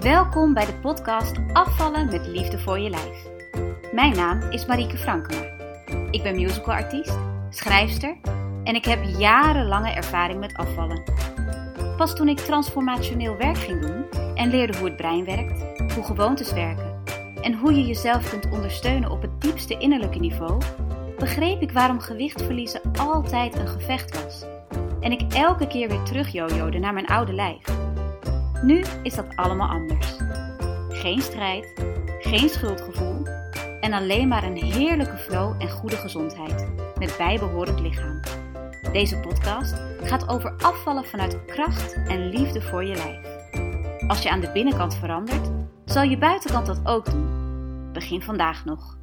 Welkom bij de podcast Afvallen met liefde voor je lijf. Mijn naam is Marieke Frankema. Ik ben musicalartiest, schrijfster en ik heb jarenlange ervaring met afvallen. Pas toen ik transformationeel werk ging doen en leerde hoe het brein werkt, hoe gewoontes werken en hoe je jezelf kunt ondersteunen op het diepste innerlijke niveau, begreep ik waarom gewicht verliezen altijd een gevecht was. En ik elke keer weer terugjojo'de naar mijn oude lijf. Nu is dat allemaal anders. Geen strijd, geen schuldgevoel en alleen maar een heerlijke flow en goede gezondheid met bijbehorend lichaam. Deze podcast gaat over afvallen vanuit kracht en liefde voor je lijf. Als je aan de binnenkant verandert, zal je buitenkant dat ook doen. Begin vandaag nog.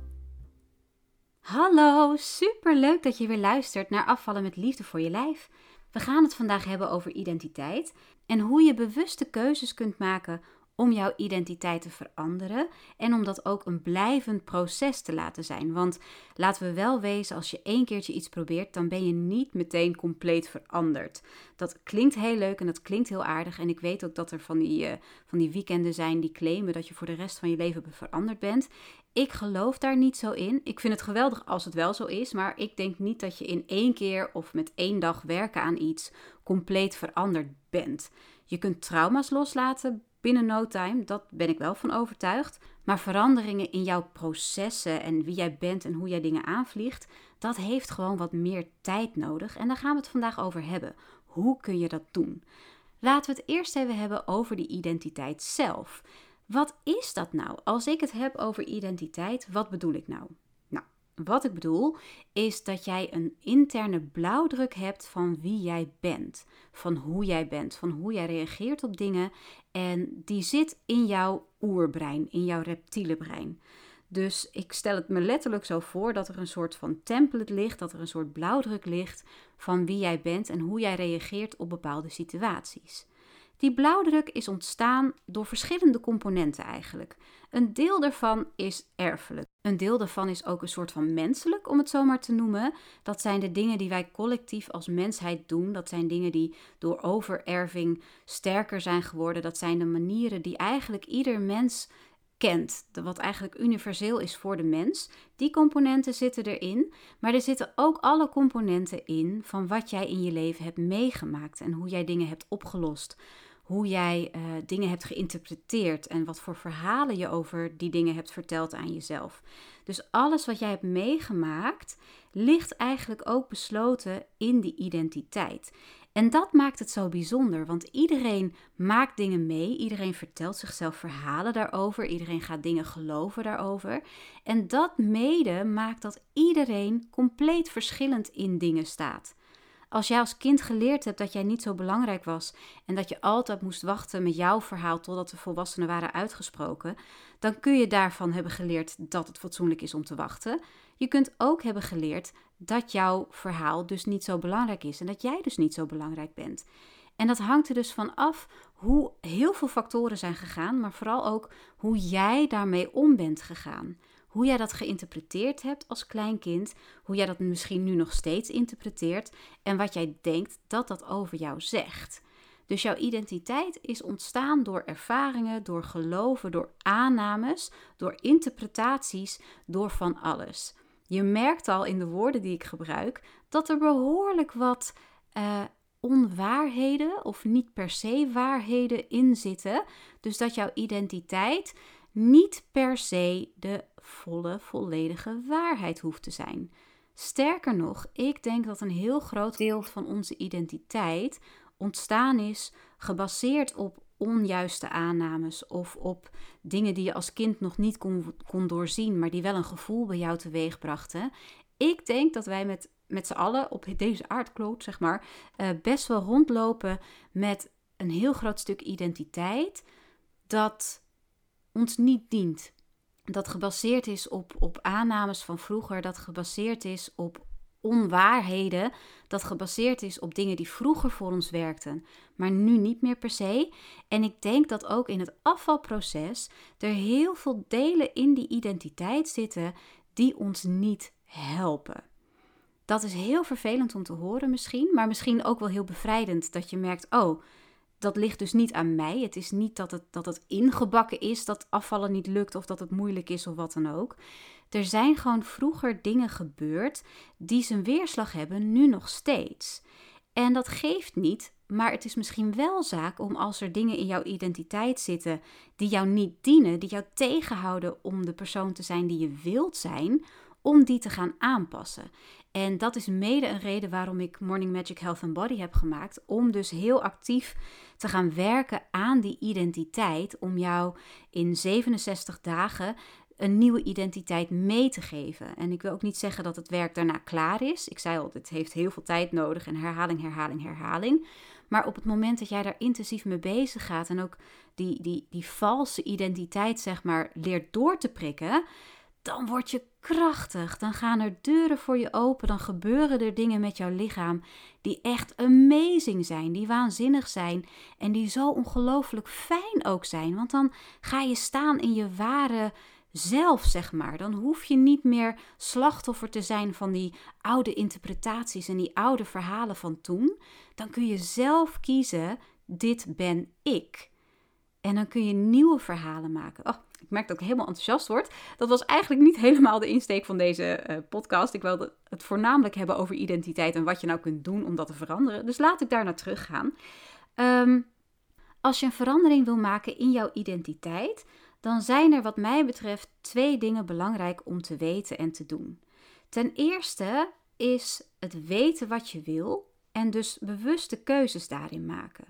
Hallo, superleuk dat je weer luistert naar Afvallen met liefde voor je lijf. We gaan het vandaag hebben over identiteit en hoe je bewuste keuzes kunt maken om jouw identiteit te veranderen en om dat ook een blijvend proces te laten zijn. Want laten we wel wezen, als je 1 keertje iets probeert, dan ben je niet meteen compleet veranderd. Dat klinkt heel leuk en dat klinkt heel aardig en ik weet ook dat er van die weekenden zijn die claimen dat je voor de rest van je leven veranderd bent. Ik geloof daar niet zo in. Ik vind het geweldig als het wel zo is, maar ik denk niet dat je in 1 keer of met 1 dag werken aan iets compleet veranderd bent. Je kunt trauma's loslaten binnen no time, dat ben ik wel van overtuigd. Maar veranderingen in jouw processen en wie jij bent en hoe jij dingen aanvliegt, dat heeft gewoon wat meer tijd nodig. En daar gaan we het vandaag over hebben. Hoe kun je dat doen? Laten we het eerst even hebben over die identiteit zelf. Wat is dat nou? Als ik het heb over identiteit, wat bedoel ik nou? Nou, wat ik bedoel is dat jij een interne blauwdruk hebt van wie jij bent. Van hoe jij reageert op dingen. En die zit in jouw oerbrein, in jouw reptiele brein. Dus ik stel het me letterlijk zo voor dat er een soort van template ligt, dat er een soort blauwdruk ligt van wie jij bent en hoe jij reageert op bepaalde situaties. Die blauwdruk is ontstaan door verschillende componenten eigenlijk. Een deel daarvan is erfelijk. Een deel daarvan is ook een soort van menselijk, om het zo maar te noemen. Dat zijn de dingen die wij collectief als mensheid doen. Dat zijn dingen die door overerving sterker zijn geworden. Dat zijn de manieren die eigenlijk ieder mens kent. Wat eigenlijk universeel is voor de mens. Die componenten zitten erin. Maar er zitten ook alle componenten in van wat jij in je leven hebt meegemaakt. En hoe jij dingen hebt opgelost. Hoe jij dingen hebt geïnterpreteerd en wat voor verhalen je over die dingen hebt verteld aan jezelf. Dus alles wat jij hebt meegemaakt, ligt eigenlijk ook besloten in die identiteit. En dat maakt het zo bijzonder, want iedereen maakt dingen mee, iedereen vertelt zichzelf verhalen daarover, iedereen gaat dingen geloven daarover. En dat mede maakt dat iedereen compleet verschillend in dingen staat. Als jij als kind geleerd hebt dat jij niet zo belangrijk was en dat je altijd moest wachten met jouw verhaal totdat de volwassenen waren uitgesproken, dan kun je daarvan hebben geleerd dat het fatsoenlijk is om te wachten. Je kunt ook hebben geleerd dat jouw verhaal dus niet zo belangrijk is en dat jij dus niet zo belangrijk bent. En dat hangt er dus van af hoe heel veel factoren zijn gegaan, maar vooral ook hoe jij daarmee om bent gegaan. Hoe jij dat geïnterpreteerd hebt als klein kind, hoe jij dat misschien nu nog steeds interpreteert en wat jij denkt dat dat over jou zegt. Dus jouw identiteit is ontstaan door ervaringen, door geloven, door aannames, door interpretaties, door van alles. Je merkt al in de woorden die ik gebruik dat er behoorlijk wat onwaarheden of niet per se waarheden in zitten. Dus dat jouw identiteit niet per se de volledige waarheid hoeft te zijn. Sterker nog, ik denk dat een heel groot deel van onze identiteit ontstaan is gebaseerd op onjuiste aannames of op dingen die je als kind nog niet kon doorzien, maar die wel een gevoel bij jou teweeg brachten. Ik denk dat wij met z'n allen op deze aardkloot, zeg maar, best wel rondlopen met een heel groot stuk identiteit dat ons niet dient. Dat gebaseerd is op aannames van vroeger, dat gebaseerd is op onwaarheden, dat gebaseerd is op dingen die vroeger voor ons werkten, maar nu niet meer per se. En ik denk dat ook in het afvalproces er heel veel delen in die identiteit zitten die ons niet helpen. Dat is heel vervelend om te horen misschien, maar misschien ook wel heel bevrijdend dat je merkt, oh, dat ligt dus niet aan mij. Het is niet dat het ingebakken is, dat afvallen niet lukt of dat het moeilijk is of wat dan ook. Er zijn gewoon vroeger dingen gebeurd die zijn weerslag hebben, nu nog steeds. En dat geeft niet, maar het is misschien wel zaak om als er dingen in jouw identiteit zitten die jou niet dienen, die jou tegenhouden om de persoon te zijn die je wilt zijn, om die te gaan aanpassen. En dat is mede een reden waarom ik Morning Magic Health and Body heb gemaakt, om dus heel actief te gaan werken aan die identiteit, om jou in 67 dagen een nieuwe identiteit mee te geven. En ik wil ook niet zeggen dat het werk daarna klaar is. Ik zei al, het heeft heel veel tijd nodig en herhaling. Maar op het moment dat jij daar intensief mee bezig gaat en ook die valse identiteit, zeg maar, leert door te prikken, dan word je krachtig. Dan gaan er deuren voor je open. Dan gebeuren er dingen met jouw lichaam die echt amazing zijn, die waanzinnig zijn en die zo ongelooflijk fijn ook zijn. Want dan ga je staan in je ware zelf, zeg maar. Dan hoef je niet meer slachtoffer te zijn van die oude interpretaties en die oude verhalen van toen. Dan kun je zelf kiezen, dit ben ik. En dan kun je nieuwe verhalen maken. Oh, ik merk dat ik helemaal enthousiast word. Dat was eigenlijk niet helemaal de insteek van deze podcast. Ik wilde het voornamelijk hebben over identiteit en wat je nou kunt doen om dat te veranderen. Dus laat ik daar naar teruggaan. Als je een verandering wil maken in jouw identiteit, dan zijn er wat mij betreft 2 dingen belangrijk om te weten en te doen. Ten eerste is het weten wat je wil en dus bewuste keuzes daarin maken.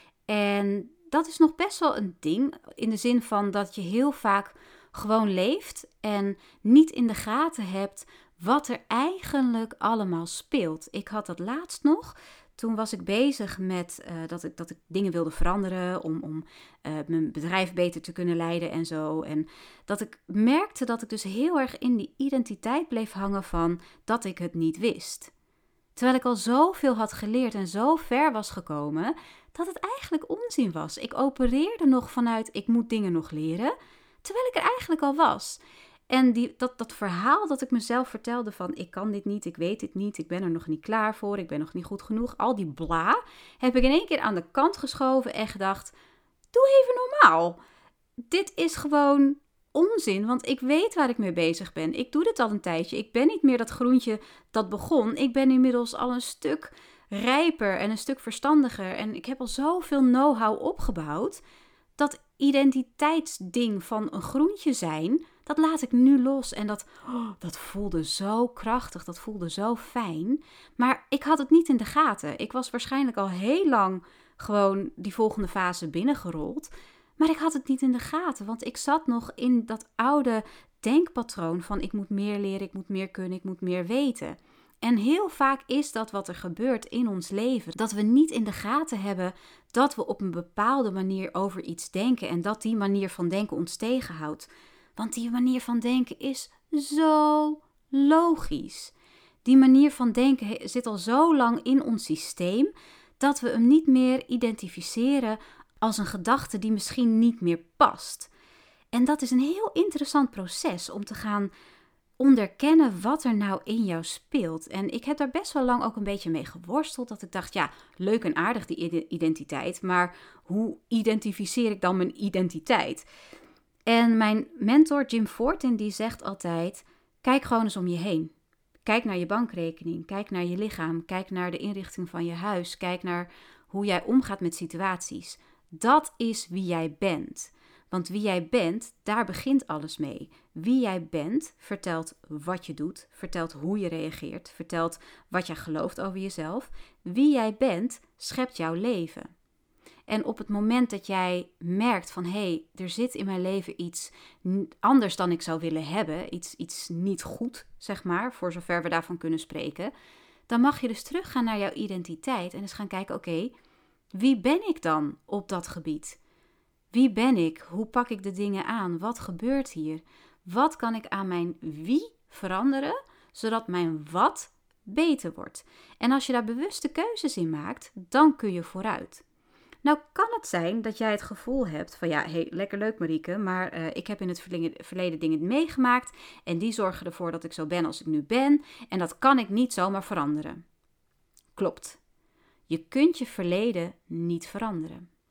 En dat is nog best wel een ding, in de zin van dat je heel vaak gewoon leeft en niet in de gaten hebt wat er eigenlijk allemaal speelt. Ik had dat laatst nog. Toen was ik bezig met dat ik dingen wilde veranderen om mijn bedrijf beter te kunnen leiden en zo. En dat ik merkte dat ik dus heel erg in die identiteit bleef hangen van dat ik het niet wist. Terwijl ik al zoveel had geleerd en zo ver was gekomen, dat het eigenlijk onzin was. Ik opereerde nog vanuit ik moet dingen nog leren, terwijl ik er eigenlijk al was. En dat verhaal dat ik mezelf vertelde van ik kan dit niet, ik weet dit niet, ik ben er nog niet klaar voor, ik ben nog niet goed genoeg, al die bla, heb ik in één keer aan de kant geschoven en gedacht, doe even normaal. Dit is gewoon onzin, want ik weet waar ik mee bezig ben. Ik doe dit al een tijdje. Ik ben niet meer dat groentje dat begon. Ik ben inmiddels al een stuk rijper en een stuk verstandiger. En ik heb al zoveel know-how opgebouwd. Dat identiteitsding van een groentje zijn, dat laat ik nu los. En dat voelde zo krachtig, dat voelde zo fijn. Maar ik had het niet in de gaten. Ik was waarschijnlijk al heel lang gewoon die volgende fase binnengerold. Maar ik had het niet in de gaten, want ik zat nog in dat oude denkpatroon van ik moet meer leren, ik moet meer kunnen, ik moet meer weten. En heel vaak is dat wat er gebeurt in ons leven, dat we niet in de gaten hebben dat we op een bepaalde manier over iets denken en dat die manier van denken ons tegenhoudt. Want die manier van denken is zo logisch. Die manier van denken zit al zo lang in ons systeem dat we hem niet meer identificeren als een gedachte die misschien niet meer past. En dat is een heel interessant proces om te gaan onderkennen wat er nou in jou speelt. En ik heb daar best wel lang ook een beetje mee geworsteld. Dat ik dacht, ja, leuk en aardig die identiteit, maar hoe identificeer ik dan mijn identiteit? En mijn mentor Jim Fortin die zegt altijd, kijk gewoon eens om je heen. Kijk naar je bankrekening, kijk naar je lichaam, kijk naar de inrichting van je huis, kijk naar hoe jij omgaat met situaties. Dat is wie jij bent. Want wie jij bent, daar begint alles mee. Wie jij bent, vertelt wat je doet, vertelt hoe je reageert, vertelt wat je gelooft over jezelf. Wie jij bent, schept jouw leven. En op het moment dat jij merkt van hé, er zit in mijn leven iets anders dan ik zou willen hebben, iets niet goed, zeg maar, voor zover we daarvan kunnen spreken, dan mag je dus teruggaan naar jouw identiteit en eens gaan kijken, oké, wie ben ik dan op dat gebied? Wie ben ik? Hoe pak ik de dingen aan? Wat gebeurt hier? Wat kan ik aan mijn wie veranderen, zodat mijn wat beter wordt? En als je daar bewuste keuzes in maakt, dan kun je vooruit. Nou kan het zijn dat jij het gevoel hebt van ja, hey, lekker leuk Marieke, maar ik heb in het verleden dingen meegemaakt en die zorgen ervoor dat ik zo ben als ik nu ben en dat kan ik niet zomaar veranderen. Klopt. Je kunt je verleden niet veranderen.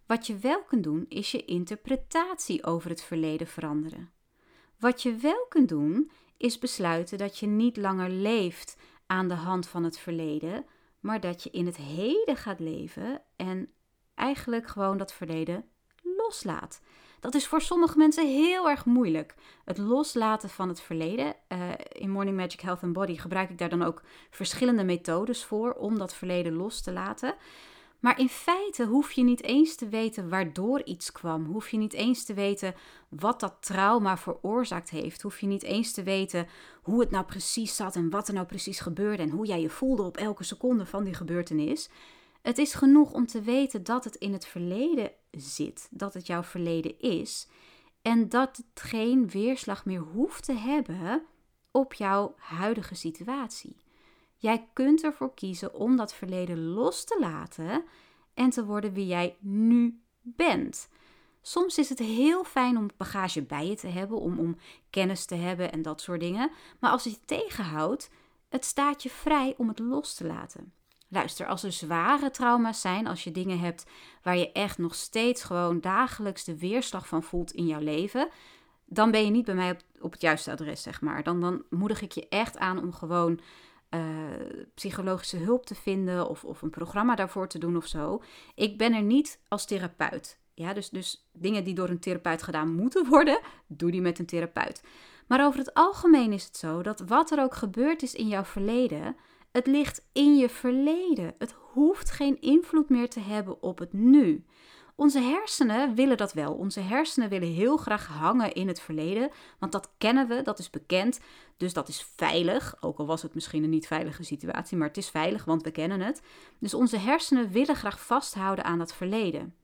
Wat je wel kunt doen, is je interpretatie over het verleden veranderen. Wat je wel kunt doen, is besluiten dat je niet langer leeft aan de hand van het verleden, maar dat je in het heden gaat leven en eigenlijk gewoon dat verleden loslaat. Dat is voor sommige mensen heel erg moeilijk. Het loslaten van het verleden. In Morning Magic Health and Body gebruik ik daar dan ook verschillende methodes voor om dat verleden los te laten. Maar in feite hoef je niet eens te weten waardoor iets kwam. Hoef je niet eens te weten wat dat trauma veroorzaakt heeft. Hoef je niet eens te weten hoe het nou precies zat en wat er nou precies gebeurde en hoe jij je voelde op elke seconde van die gebeurtenis. Het is genoeg om te weten dat het in het verleden zit, dat het jouw verleden is en dat het geen weerslag meer hoeft te hebben op jouw huidige situatie. Jij kunt ervoor kiezen om dat verleden los te laten en te worden wie jij nu bent. Soms is het heel fijn om bagage bij je te hebben, om kennis te hebben en dat soort dingen. Maar als het je tegenhoudt, het staat je vrij om het los te laten. Luister, als er zware trauma's zijn, als je dingen hebt waar je echt nog steeds gewoon dagelijks de weerslag van voelt in jouw leven, dan ben je niet bij mij op het juiste adres, zeg maar. Dan moedig ik je echt aan om gewoon psychologische hulp te vinden of een programma daarvoor te doen of zo. Ik ben er niet als therapeut. Ja, dus dingen die door een therapeut gedaan moeten worden, doe die met een therapeut. Maar over het algemeen is het zo dat wat er ook gebeurd is in jouw verleden, het ligt in je verleden. Het hoeft geen invloed meer te hebben op het nu. Onze hersenen willen dat wel. Onze hersenen willen heel graag hangen in het verleden, want dat kennen we, dat is bekend. Dus dat is veilig, ook al was het misschien een niet veilige situatie, maar het is veilig, want we kennen het. Dus onze hersenen willen graag vasthouden aan dat verleden.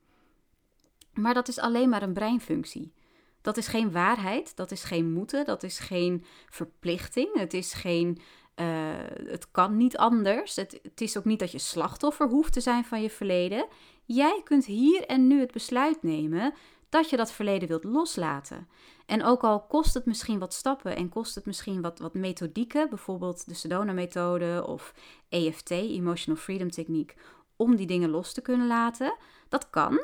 Maar dat is alleen maar een breinfunctie. Dat is geen waarheid, dat is geen moeten, dat is geen verplichting, het kan niet anders. Het is ook niet dat je slachtoffer hoeft te zijn van je verleden. Jij kunt hier en nu het besluit nemen dat je dat verleden wilt loslaten. En ook al kost het misschien wat stappen en kost het misschien wat methodieken, bijvoorbeeld de Sedona-methode of EFT, Emotional Freedom Techniek, om die dingen los te kunnen laten. Dat kan.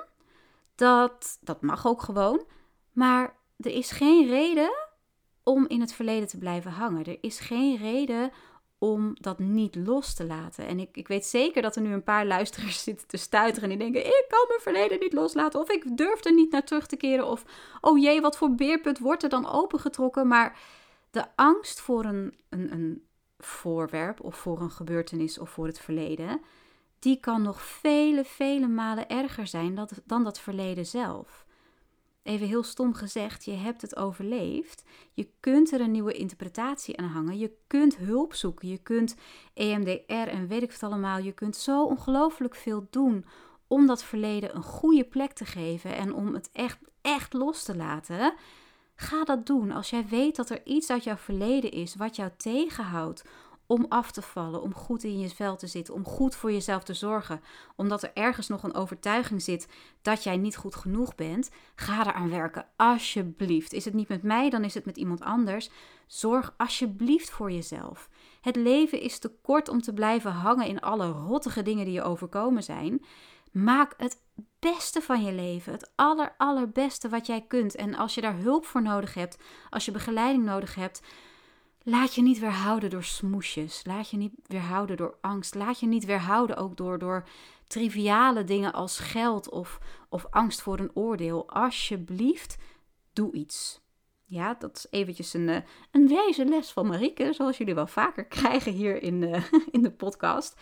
Dat mag ook gewoon. Maar er is geen reden om in het verleden te blijven hangen. Er is geen reden om dat niet los te laten. En ik weet zeker dat er nu een paar luisteraars zitten te stuiteren en die denken, ik kan mijn verleden niet loslaten, of ik durf er niet naar terug te keren, of oh jee, wat voor beerput wordt er dan opengetrokken? Maar de angst voor een voorwerp of voor een gebeurtenis of voor het verleden, die kan nog vele, vele malen erger zijn dan dat verleden zelf. Even heel stom gezegd, je hebt het overleefd. Je kunt er een nieuwe interpretatie aan hangen. Je kunt hulp zoeken. Je kunt EMDR en weet ik het allemaal. Je kunt zo ongelooflijk veel doen om dat verleden een goede plek te geven en om het echt los te laten. Ga dat doen als jij weet dat er iets uit jouw verleden is wat jou tegenhoudt om af te vallen, om goed in je vel te zitten, om goed voor jezelf te zorgen. Omdat er ergens nog een overtuiging zit dat jij niet goed genoeg bent. Ga eraan werken, alsjeblieft. Is het niet met mij, dan is het met iemand anders. Zorg alsjeblieft voor jezelf. Het leven is te kort om te blijven hangen in alle rottige dingen die je overkomen zijn. Maak het beste van je leven, het allerbeste wat jij kunt. En als je daar hulp voor nodig hebt, als je begeleiding nodig hebt, laat je niet weerhouden door smoesjes. Laat je niet weerhouden door angst. Laat je niet weerhouden ook door triviale dingen als geld of angst voor een oordeel. Alsjeblieft, doe iets. Ja, dat is eventjes een wijze les van Marieke, zoals jullie wel vaker krijgen hier in de podcast.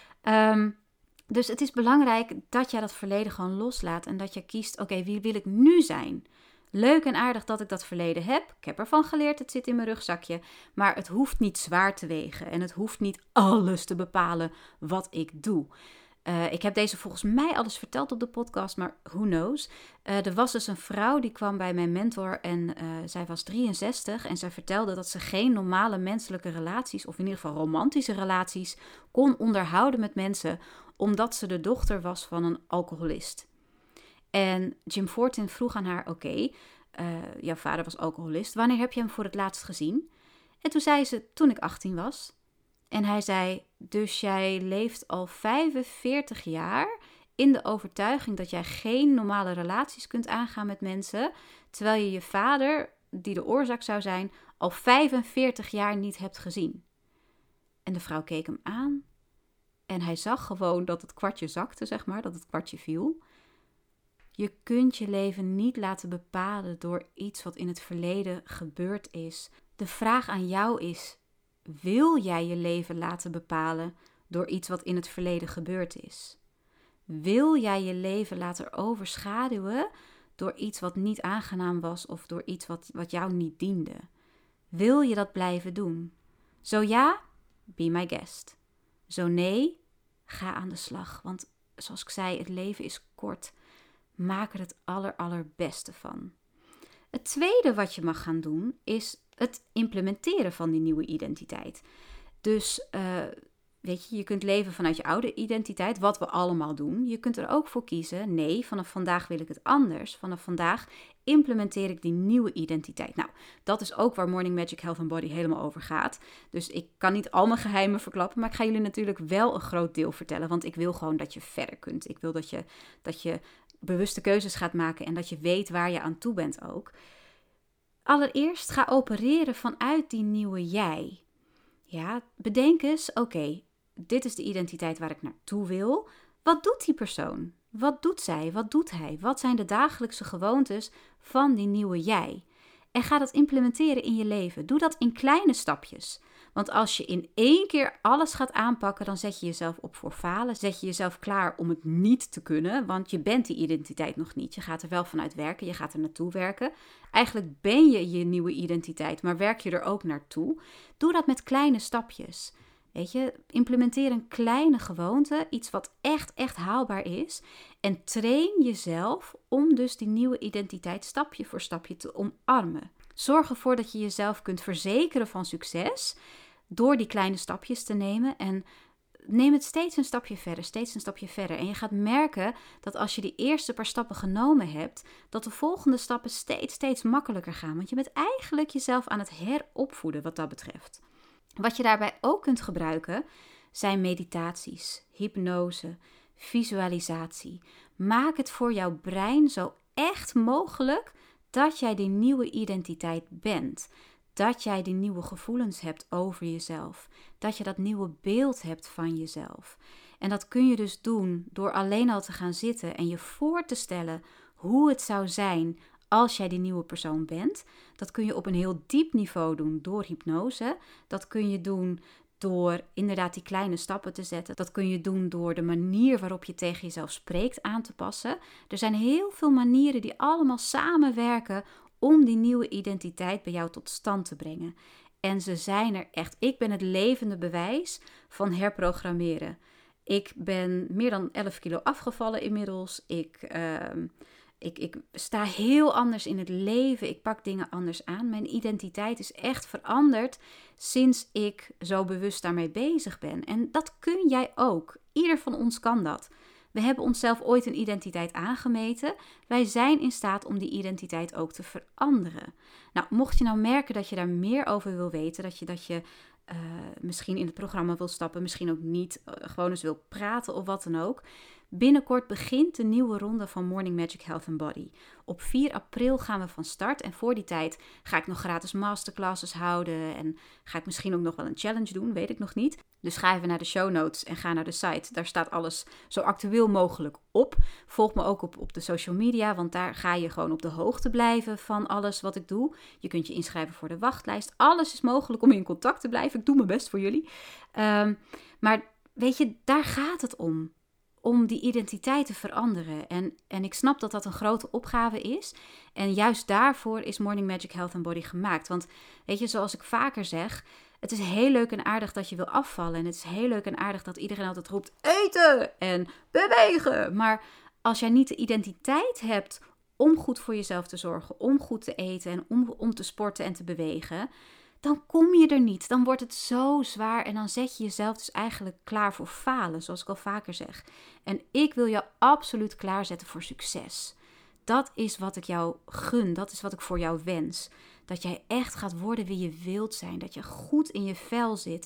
Dus het is belangrijk dat jij dat verleden gewoon loslaat en dat je kiest, oké, wie wil ik nu zijn? Leuk en aardig dat ik dat verleden heb. Ik heb ervan geleerd, het zit in mijn rugzakje. Maar het hoeft niet zwaar te wegen. En het hoeft niet alles te bepalen wat ik doe. Ik heb deze volgens mij alles verteld op de podcast, maar who knows. Er was dus een vrouw die kwam bij mijn mentor en zij was 63. En zij vertelde dat ze geen normale menselijke relaties, of in ieder geval romantische relaties, kon onderhouden met mensen, omdat ze de dochter was van een alcoholist. En Jim Fortin vroeg aan haar, oké, jouw vader was alcoholist. Wanneer heb je hem voor het laatst gezien? En toen zei ze, toen ik 18 was. En hij zei, dus jij leeft al 45 jaar in de overtuiging dat jij geen normale relaties kunt aangaan met mensen, terwijl je je vader, die de oorzaak zou zijn, al 45 jaar niet hebt gezien. En de vrouw keek hem aan en hij zag gewoon dat het kwartje zakte, zeg maar, dat het kwartje viel. Je kunt je leven niet laten bepalen door iets wat in het verleden gebeurd is. De vraag aan jou is, wil jij je leven laten bepalen door iets wat in het verleden gebeurd is? Wil jij je leven laten overschaduwen door iets wat niet aangenaam was of door iets wat jou niet diende? Wil je dat blijven doen? Zo ja, be my guest. Zo nee, ga aan de slag. Want zoals ik zei, het leven is kort. Maak er het allerbeste van. Het tweede wat je mag gaan doen is het implementeren van die nieuwe identiteit. Dus weet je kunt leven vanuit je oude identiteit, wat we allemaal doen. Je kunt er ook voor kiezen, nee, vanaf vandaag wil ik het anders. Vanaf vandaag implementeer ik die nieuwe identiteit. Nou, dat is ook waar Morning Magic Health and Body helemaal over gaat. Dus ik kan niet al mijn geheimen verklappen, maar ik ga jullie natuurlijk wel een groot deel vertellen. Want ik wil gewoon dat je verder kunt. Ik wil dat je bewuste keuzes gaat maken en dat je weet waar je aan toe bent ook. Allereerst ga opereren vanuit die nieuwe jij. Ja, bedenk eens, oké, dit is de identiteit waar ik naartoe wil. Wat doet die persoon? Wat doet zij? Wat doet hij? Wat zijn de dagelijkse gewoontes van die nieuwe jij? En ga dat implementeren in je leven. Doe dat in kleine stapjes. Want als je in één keer alles gaat aanpakken, dan zet je jezelf op voor falen. Zet je jezelf klaar om het niet te kunnen, want je bent die identiteit nog niet. Je gaat er wel vanuit werken, je gaat er naartoe werken. Eigenlijk ben je je nieuwe identiteit, maar werk je er ook naartoe. Doe dat met kleine stapjes. Weet je, implementeer een kleine gewoonte, iets wat echt haalbaar is. En train jezelf om dus die nieuwe identiteit stapje voor stapje te omarmen. Zorg ervoor dat je jezelf kunt verzekeren van succes door die kleine stapjes te nemen en neem het steeds een stapje verder. En je gaat merken dat als je die eerste paar stappen genomen hebt, dat de volgende stappen steeds makkelijker gaan. Want je bent eigenlijk jezelf aan het heropvoeden wat dat betreft. Wat je daarbij ook kunt gebruiken zijn meditaties, hypnose, visualisatie. Maak het voor jouw brein zo echt mogelijk dat jij die nieuwe identiteit bent. Dat jij die nieuwe gevoelens hebt over jezelf. Dat je dat nieuwe beeld hebt van jezelf. En dat kun je dus doen door alleen al te gaan zitten en je voor te stellen hoe het zou zijn als jij die nieuwe persoon bent. Dat kun je op een heel diep niveau doen door hypnose. Dat kun je doen door inderdaad die kleine stappen te zetten. Dat kun je doen door de manier waarop je tegen jezelf spreekt aan te passen. Er zijn heel veel manieren die allemaal samenwerken om die nieuwe identiteit bij jou tot stand te brengen. En ze zijn er echt. Ik ben het levende bewijs van herprogrammeren. Ik ben meer dan 11 kilo afgevallen inmiddels. Ik sta heel anders in het leven. Ik pak dingen anders aan. Mijn identiteit is echt veranderd sinds ik zo bewust daarmee bezig ben. En dat kun jij ook. Ieder van ons kan dat. We hebben onszelf ooit een identiteit aangemeten. Wij zijn in staat om die identiteit ook te veranderen. Nou, mocht je nou merken dat je daar meer over wil weten, dat je misschien in het programma wil stappen, misschien ook niet, gewoon eens wil praten of wat dan ook. Binnenkort begint de nieuwe ronde van Morning Magic Health and Body. Op 4 april gaan we van start en voor die tijd ga ik nog gratis masterclasses houden en ga ik misschien ook nog wel een challenge doen, weet ik nog niet. Dus ga even naar de show notes en ga naar de site. Daar staat alles zo actueel mogelijk op. Volg me ook op de social media, want daar ga je gewoon op de hoogte blijven van alles wat ik doe. Je kunt je inschrijven voor de wachtlijst. Alles is mogelijk om in contact te blijven. Ik doe mijn best voor jullie. Maar weet je, daar gaat het om. Om die identiteit te veranderen. En ik snap dat dat een grote opgave is. En juist daarvoor is Morning Magic Health and Body gemaakt. Want weet je, zoals ik vaker zeg, het is heel leuk en aardig dat je wil afvallen. En het is heel leuk en aardig dat iedereen altijd roept eten en bewegen. Maar als jij niet de identiteit hebt om goed voor jezelf te zorgen, om goed te eten en om te sporten en te bewegen, dan kom je er niet. Dan wordt het zo zwaar en dan zet je jezelf dus eigenlijk klaar voor falen, zoals ik al vaker zeg. En ik wil jou absoluut klaarzetten voor succes. Dat is wat ik jou gun, dat is wat ik voor jou wens. Dat jij echt gaat worden wie je wilt zijn, dat je goed in je vel zit,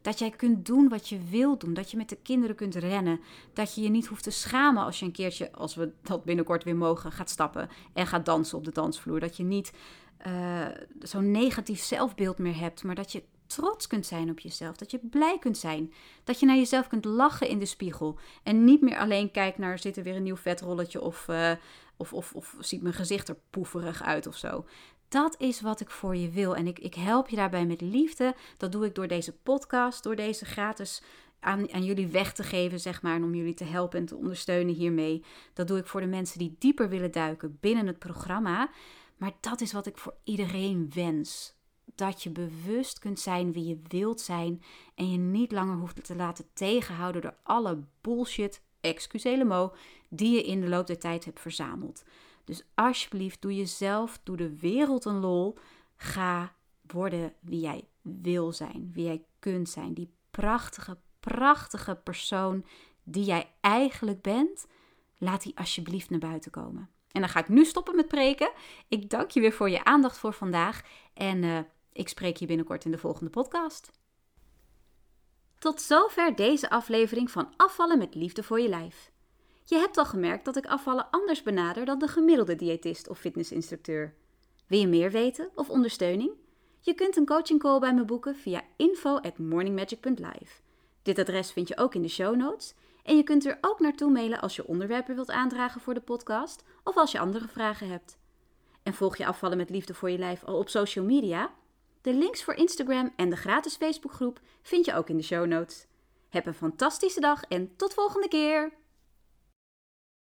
Dat jij kunt doen wat je wilt doen. Dat je met de kinderen kunt rennen. Dat je je niet hoeft te schamen als je een keertje, als we dat binnenkort weer mogen, gaat stappen en gaat dansen op de dansvloer. Dat je niet zo'n negatief zelfbeeld meer hebt, maar dat je trots kunt zijn op jezelf. Dat je blij kunt zijn. Dat je naar jezelf kunt lachen in de spiegel. En niet meer alleen kijkt naar, zit er weer een nieuw vetrolletje of ziet mijn gezicht er poeverig uit of zo. Dat is wat ik voor je wil. En ik help je daarbij met liefde. Dat doe ik door deze podcast, door deze gratis aan jullie weg te geven, zeg maar. En om jullie te helpen en te ondersteunen hiermee. Dat doe ik voor de mensen die dieper willen duiken binnen het programma. Maar dat is wat ik voor iedereen wens. Dat je bewust kunt zijn wie je wilt zijn. En je niet langer hoeft te laten tegenhouden door alle bullshit, excusez le mot, die je in de loop der tijd hebt verzameld. Dus alsjeblieft, doe jezelf, doe de wereld een lol. Ga worden wie jij wil zijn, wie jij kunt zijn. Die prachtige, prachtige persoon die jij eigenlijk bent. Laat die alsjeblieft naar buiten komen. En dan ga ik nu stoppen met preken. Ik dank je weer voor je aandacht voor vandaag. En ik spreek je binnenkort in de volgende podcast. Tot zover deze aflevering van Afvallen met Liefde voor je lijf. Je hebt al gemerkt dat ik afvallen anders benader dan de gemiddelde diëtist of fitnessinstructeur. Wil je meer weten of ondersteuning? Je kunt een coaching call bij me boeken via info@morningmagic.live. Dit adres vind je ook in de show notes. En je kunt er ook naartoe mailen als je onderwerpen wilt aandragen voor de podcast of als je andere vragen hebt. En volg je Afvallen met Liefde voor je lijf al op social media? De links voor Instagram en de gratis Facebookgroep vind je ook in de show notes. Heb een fantastische dag en tot volgende keer!